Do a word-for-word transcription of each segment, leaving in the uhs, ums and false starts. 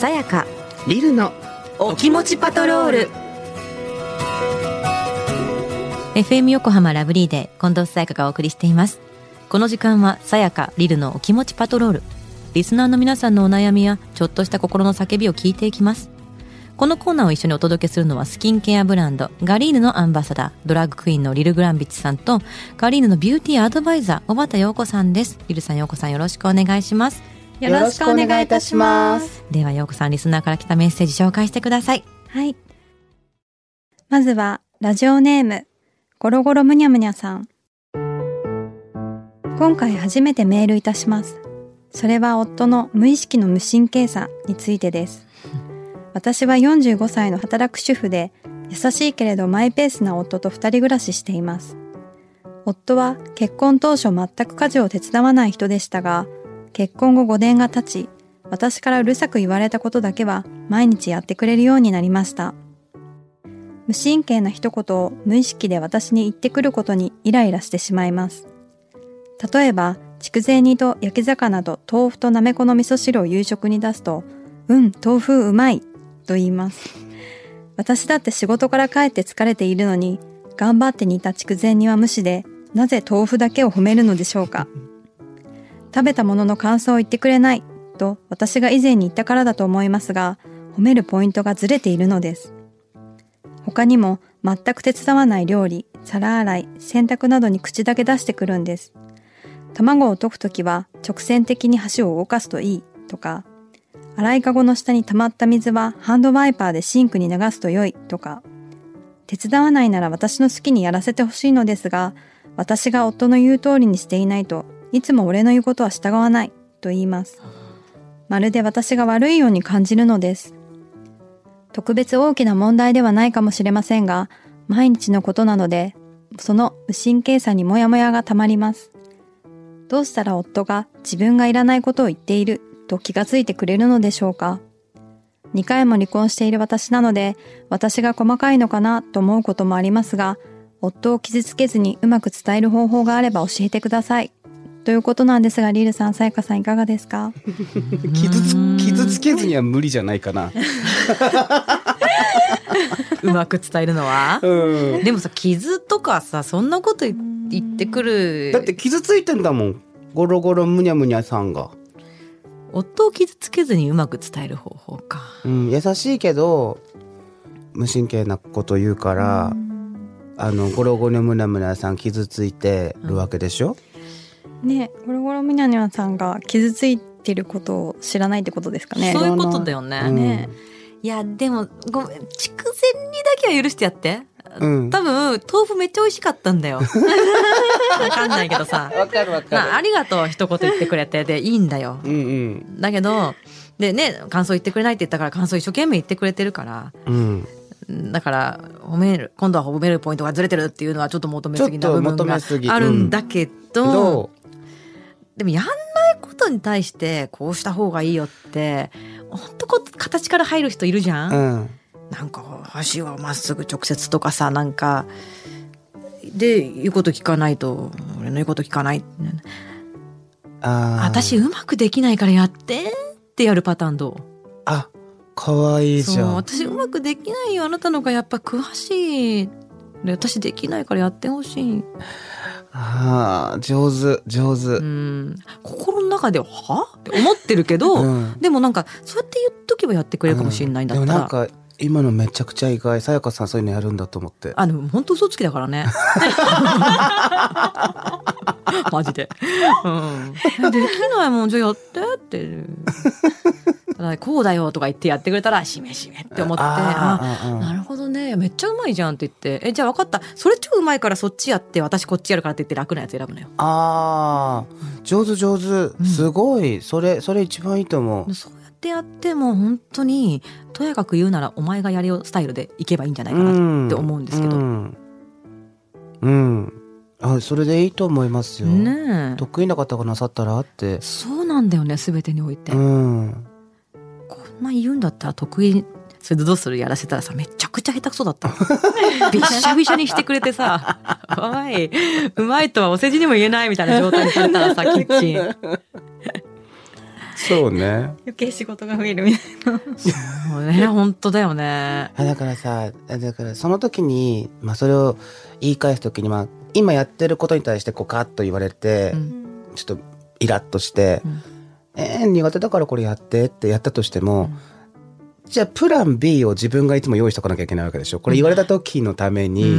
さやかリルのお気持ちパトロール。 エフエム 横浜ラブリーで近藤さやかがお送りしています。この時間はさやかリルのお気持ちパトロール。リスナーの皆さんのお悩みやちょっとした心の叫びを聞いていきます。このコーナーを一緒にお届けするのはスキンケアブランドガリーヌのアンバサダー、ドラッグクイーンのリル・グランビッチさんとガリーヌのビューティーアドバイザー小畑陽子さんです。リルさん、陽子さん、よろしくお願いします。 よろしくお願いいたします。 では陽子さん、リスナーから来たメッセージ紹介してください。 はい。まずはラジオネームゴロゴロむにゃむにゃさん。今回初めてメールいたします。それは夫の無意識の無神経さについてです。私はよんじゅうごさいの働く主婦で、優しいけれどマイペースな夫と二人暮らししています。夫は結婚当初全く家事を手伝わない人でしたが、結婚後ごねんが経ち、私からうるさく言われたことだけは毎日やってくれるようになりました。無神経な一言を無意識で私に言ってくることにイライラしてしまいます。例えば、筑前煮と焼き魚と豆腐となめこの味噌汁を夕食に出すと、うん、豆腐うまいと言います。私だって仕事から帰って疲れているのに、頑張って煮た筑前煮は無視で、なぜ豆腐だけを褒めるのでしょうか。食べたものの感想を言ってくれないと私が以前に言ったからだと思いますが、褒めるポイントがずれているのです。他にも全く手伝わない料理、皿洗い、洗濯などに口だけ出してくるんです。卵を溶くときは直線的に箸を動かすといいとか、洗いかごの下に溜まった水はハンドワイパーでシンクに流すと良いとか、手伝わないなら私の好きにやらせてほしいのですが、私が夫の言う通りにしていないと、いつも俺の言うことは従わないと言います。まるで私が悪いように感じるのです。特別大きな問題ではないかもしれませんが、毎日のことなので、その無神経さにモヤモヤがたまります。どうしたら夫が自分がいらないことを言っていると気がついてくれるのでしょうか。にかいも離婚している私なので、私が細かいのかなと思うこともありますが、夫を傷つけずにうまく伝える方法があれば教えてください。ということなんですが、リルさん、さやかさん、いかがですか？ 傷つ、傷つけずには無理じゃないかな。 うまく伝えるのは、うん、でもさ、傷とかさ、そんなこと言ってくる。 だって傷ついてんだもん、ゴロゴロむにゃむにゃさんが。 夫を傷つけずにうまく伝える方法か、 うん、優しいけど無神経なこと言うから、あのゴロゴロむにゃむにゃさん傷ついてるわけでしょ、 うん、ね、ゴロゴロむにゃむにゃさんが傷ついてることを知らないってことですかね。 そういうことだよね、 うん、ね、 いやでもごめん、筑前煮だけは許してやって、うん、多分豆腐めっちゃ美味しかったんだよ。わかんないけどさ、 わかるわかる、 まあ、ありがとう一言言ってくれてでいいんだよ、うんうん、だけどでね、感想言ってくれないって言ったから感想一生懸命言ってくれてるから、うん、だから褒める、今度は褒めるポイントがずれてるっていうのはちょっと求めすぎな部分があるんだけど、うん、でもやんないことに対してこうした方がいいよって本当こう形から入る人いるじゃん、うん、なんか箸はまっすぐ直接とかさ、なんかで言うこと聞かないと俺の言うこと聞かない、あ、私うまくできないからやってってやるパターンどう？ あ、かわいいじゃん。 そう、私うまくできないよ、あなたのがやっぱ詳しいで、私できないからやってほしい。 ああ、上手上手。 うん、心の中ではって思ってるけど、うん、でもなんかそうやって言っとけばやってくれるかもしれないんだったら、うん、 でもなんか今のめちゃくちゃ意外。さやかさんそういうのやるんだと思って。 あ、でも本当嘘つきだからね。マジで、うん、できないもんじゃやってってこうだよとか言ってやってくれたらしめしめって思って、ああ、なるほどね、めっちゃうまいじゃんって言って、え、じゃあ分かった、それ超うまいからそっちやって私こっちやるからって言って楽なやつ選ぶのよ。 ああ、上手上手、すごい、うん、それそれ一番いいと思う。 そうやってやっても本当にとやかく言うならお前がやれよスタイルでいけばいいんじゃないかなって思うんですけど、うん、 うん、あ、それでいいと思いますよ、ね、得意な方がなさったらって。 そうなんだよね、全てにおいて、 うん、 こんな言うんだったら得意、それでどうするやらせたらさ、めちゃくちゃ下手くそだったびっしゃびしゃにしてくれてさ、おい、うまいとはお世辞にも言えないみたいな状態にされたらさ、キッチンそうね。 余計仕事が増えるみたいな。 そうね、本当だよね。 だからさ、だからその時に、まあそれを言い返す時に、まあ今やってることに対してこうカッと言われて、うん、ちょっとイラッとして、うん、えー、苦手だからこれやってってやったとしても、うん、じゃあプラン B を自分がいつも用意しとかなきゃいけないわけでしょ。これ言われた時のために、うん、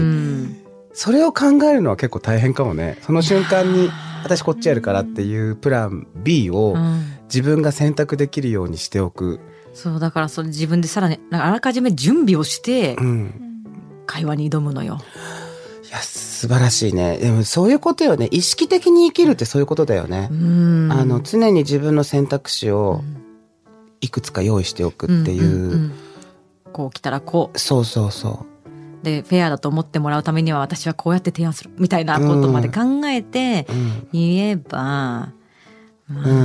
それを考えるのは結構大変かもね。その瞬間に私こっちやるからっていうプラン B を自分が選択できるようにしておく。 そうだからそれ自分でさらになんかあらかじめ準備をして会話に挑むのよ。 いや素晴らしいね。でもそういうことよね。意識的に生きるってそういうことだよね。うんあの常に自分の選択肢をいくつか用意しておくっていう、うんうんうん、 こう来たらこうそうそうそうでフェアだと思ってもらうためには私はこうやって提案するみたいなことまで考えて言えば、うんまあうん、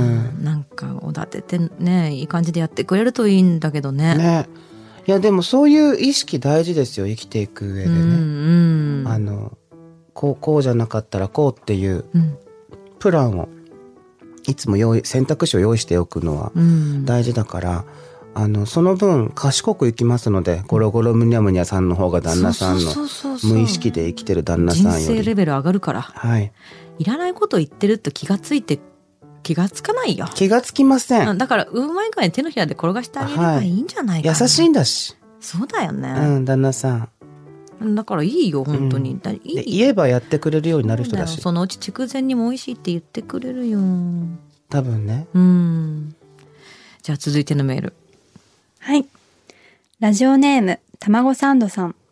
なんかおだててねいい感じでやってくれるといいんだけどね。 ねいやでもそういう意識大事ですよ。生きていく上でね、うんうん、あのこうこうじゃなかったらこうっていうプランをいつも用意選択肢を用意しておくのは大事だから、うん、あのその分賢くいきますので、ゴロゴロむにゃむにゃさんの方が旦那さんの無意識で生きてる旦那さんより人生レベル上がるから、 はい、 いらないこと言ってると気がついて気がつかないよ。 気がつきません。 だからうまい具合に手のひらで転がしてあげればいいんじゃないかな、 はい、優しいんだし。 そうだよね、 うん、旦那さんだからいいよ本当に、うん、だいい言えばやってくれるようになる人だし、 そのうち筑前にも美味しいって言ってくれるよ多分ね。 うんじゃあ続いてのメール。 はい、ラジオネームたまごサンドさん。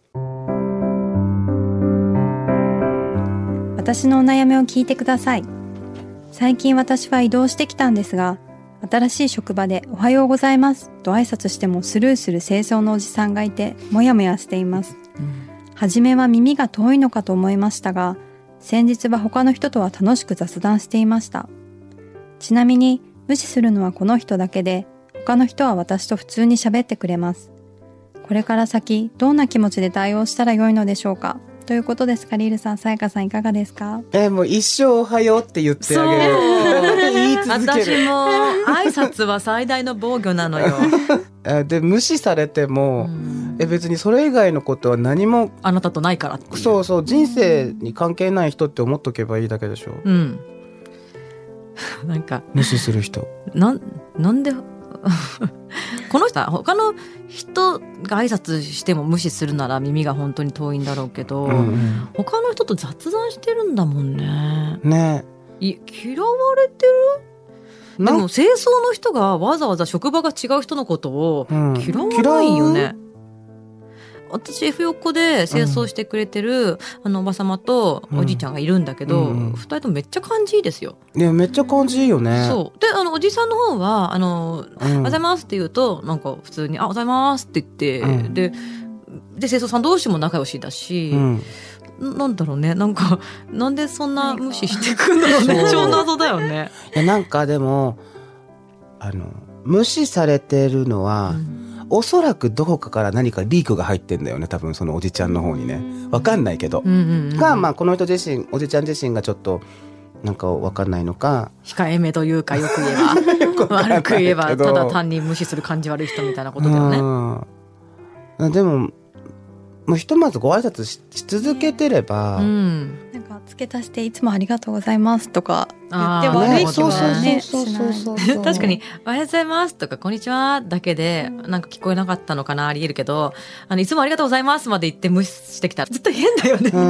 私のお悩みを聞いてください。最近私は移動してきたんですが、新しい職場でおはようございますと挨拶してもスルーする清掃のおじさんがいてもやもやしています、うん、初めは耳が遠いのかと思いましたが、先日は他の人とは楽しく雑談していました。ちなみに無視するのはこの人だけで、他の人は私と普通に喋ってくれます。これから先どんな気持ちで対応したらよいのでしょうか、ということですが、リールさん、さやかさんいかがですか？ えー、もう一生おはようって言ってあげる。言い続ける。 私も挨拶は最大の防御なのよ。 で無視されても、え別にそれ以外のことは何もあなたとないからっていう。 そうそう、人生に関係ない人って思っとけばいいだけでしょ。うん。 なんか無視する人。 ななんでこの人は他の人が挨拶しても無視するなら耳が本当に遠いんだろうけど、うんうん、他の人と雑談してるんだもんね。 ねい嫌われてる。でも清掃の人がわざわざ職場が違う人のことを嫌わないよね、うん私 F 横で清掃してくれてる、うん、あのおばさまとおじいちゃんがいるんだけど、うんうん、ふたりともめっちゃ感じいいですよ。 ね、めっちゃ感じいいよね。 そうであのおじさんの方はあの、うん、おはようございますって言うとなんか普通にあおはようございますって言って、うん、でで清掃さん同士も仲良しだし、うん、なんだろうねなんかなんでそんな無視してくんだろうね。超謎だよね。 いやなんかでもあの無視されてるのは、うんおそらくどこかから何かリークが入ってんだよね。多分そのおじちゃんの方にね。わかんないけど。うんうんうん、が、まあこの人自身、おじちゃん自身がちょっとなんかわかんないのか。 控えめというかよく言えば。悪く言えばただ単に無視する感じ悪い人みたいなことだよね。でも、もうひとまずご挨拶 し, し続けてれば、うん、 なんか付け足していつもありがとうございますとか言って悪い気はねしない。 確かにおはようございますとかこんにちはだけでなんか聞こえなかったのかなありえるけど、あのいつもありがとうございますまで言って無視してきたら絶対変だよね、うん、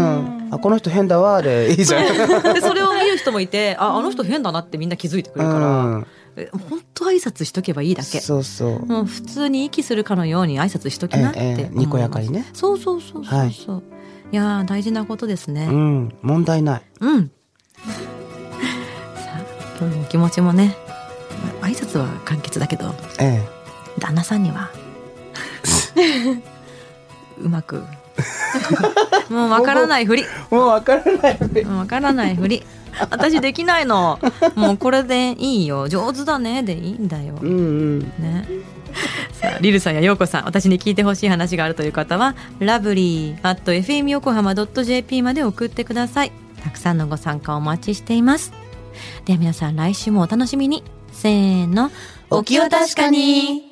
あこの人変だわでいいじゃん。 でそれを見る人もいてああの人変だなってみんな気づいてくれるから、うん本当挨拶しとけばいいだけ。 そうそう。 もう普通に息するかのように挨拶しときなって、えええ、 にこやかにね。 そうそうそうそうそう、はい、いや大事なことですね。 うん問題ない。うん。 さあ今日のお気持ちもね挨拶は簡潔だけど、ええ、旦那さんにはうまくもうわからないふりもうわからないふりもうわからないふり私できないの。もうこれでいいよ上手だねでいいんだよ、うんうんね、さあリルさんやヨウコさん私に聞いてほしい話があるという方はラブリー アット エフエム 横浜 ドット ジェーピー まで送ってください。たくさんのご参加お待ちしています。では皆さん来週もお楽しみに。 せーの。お気を確かに。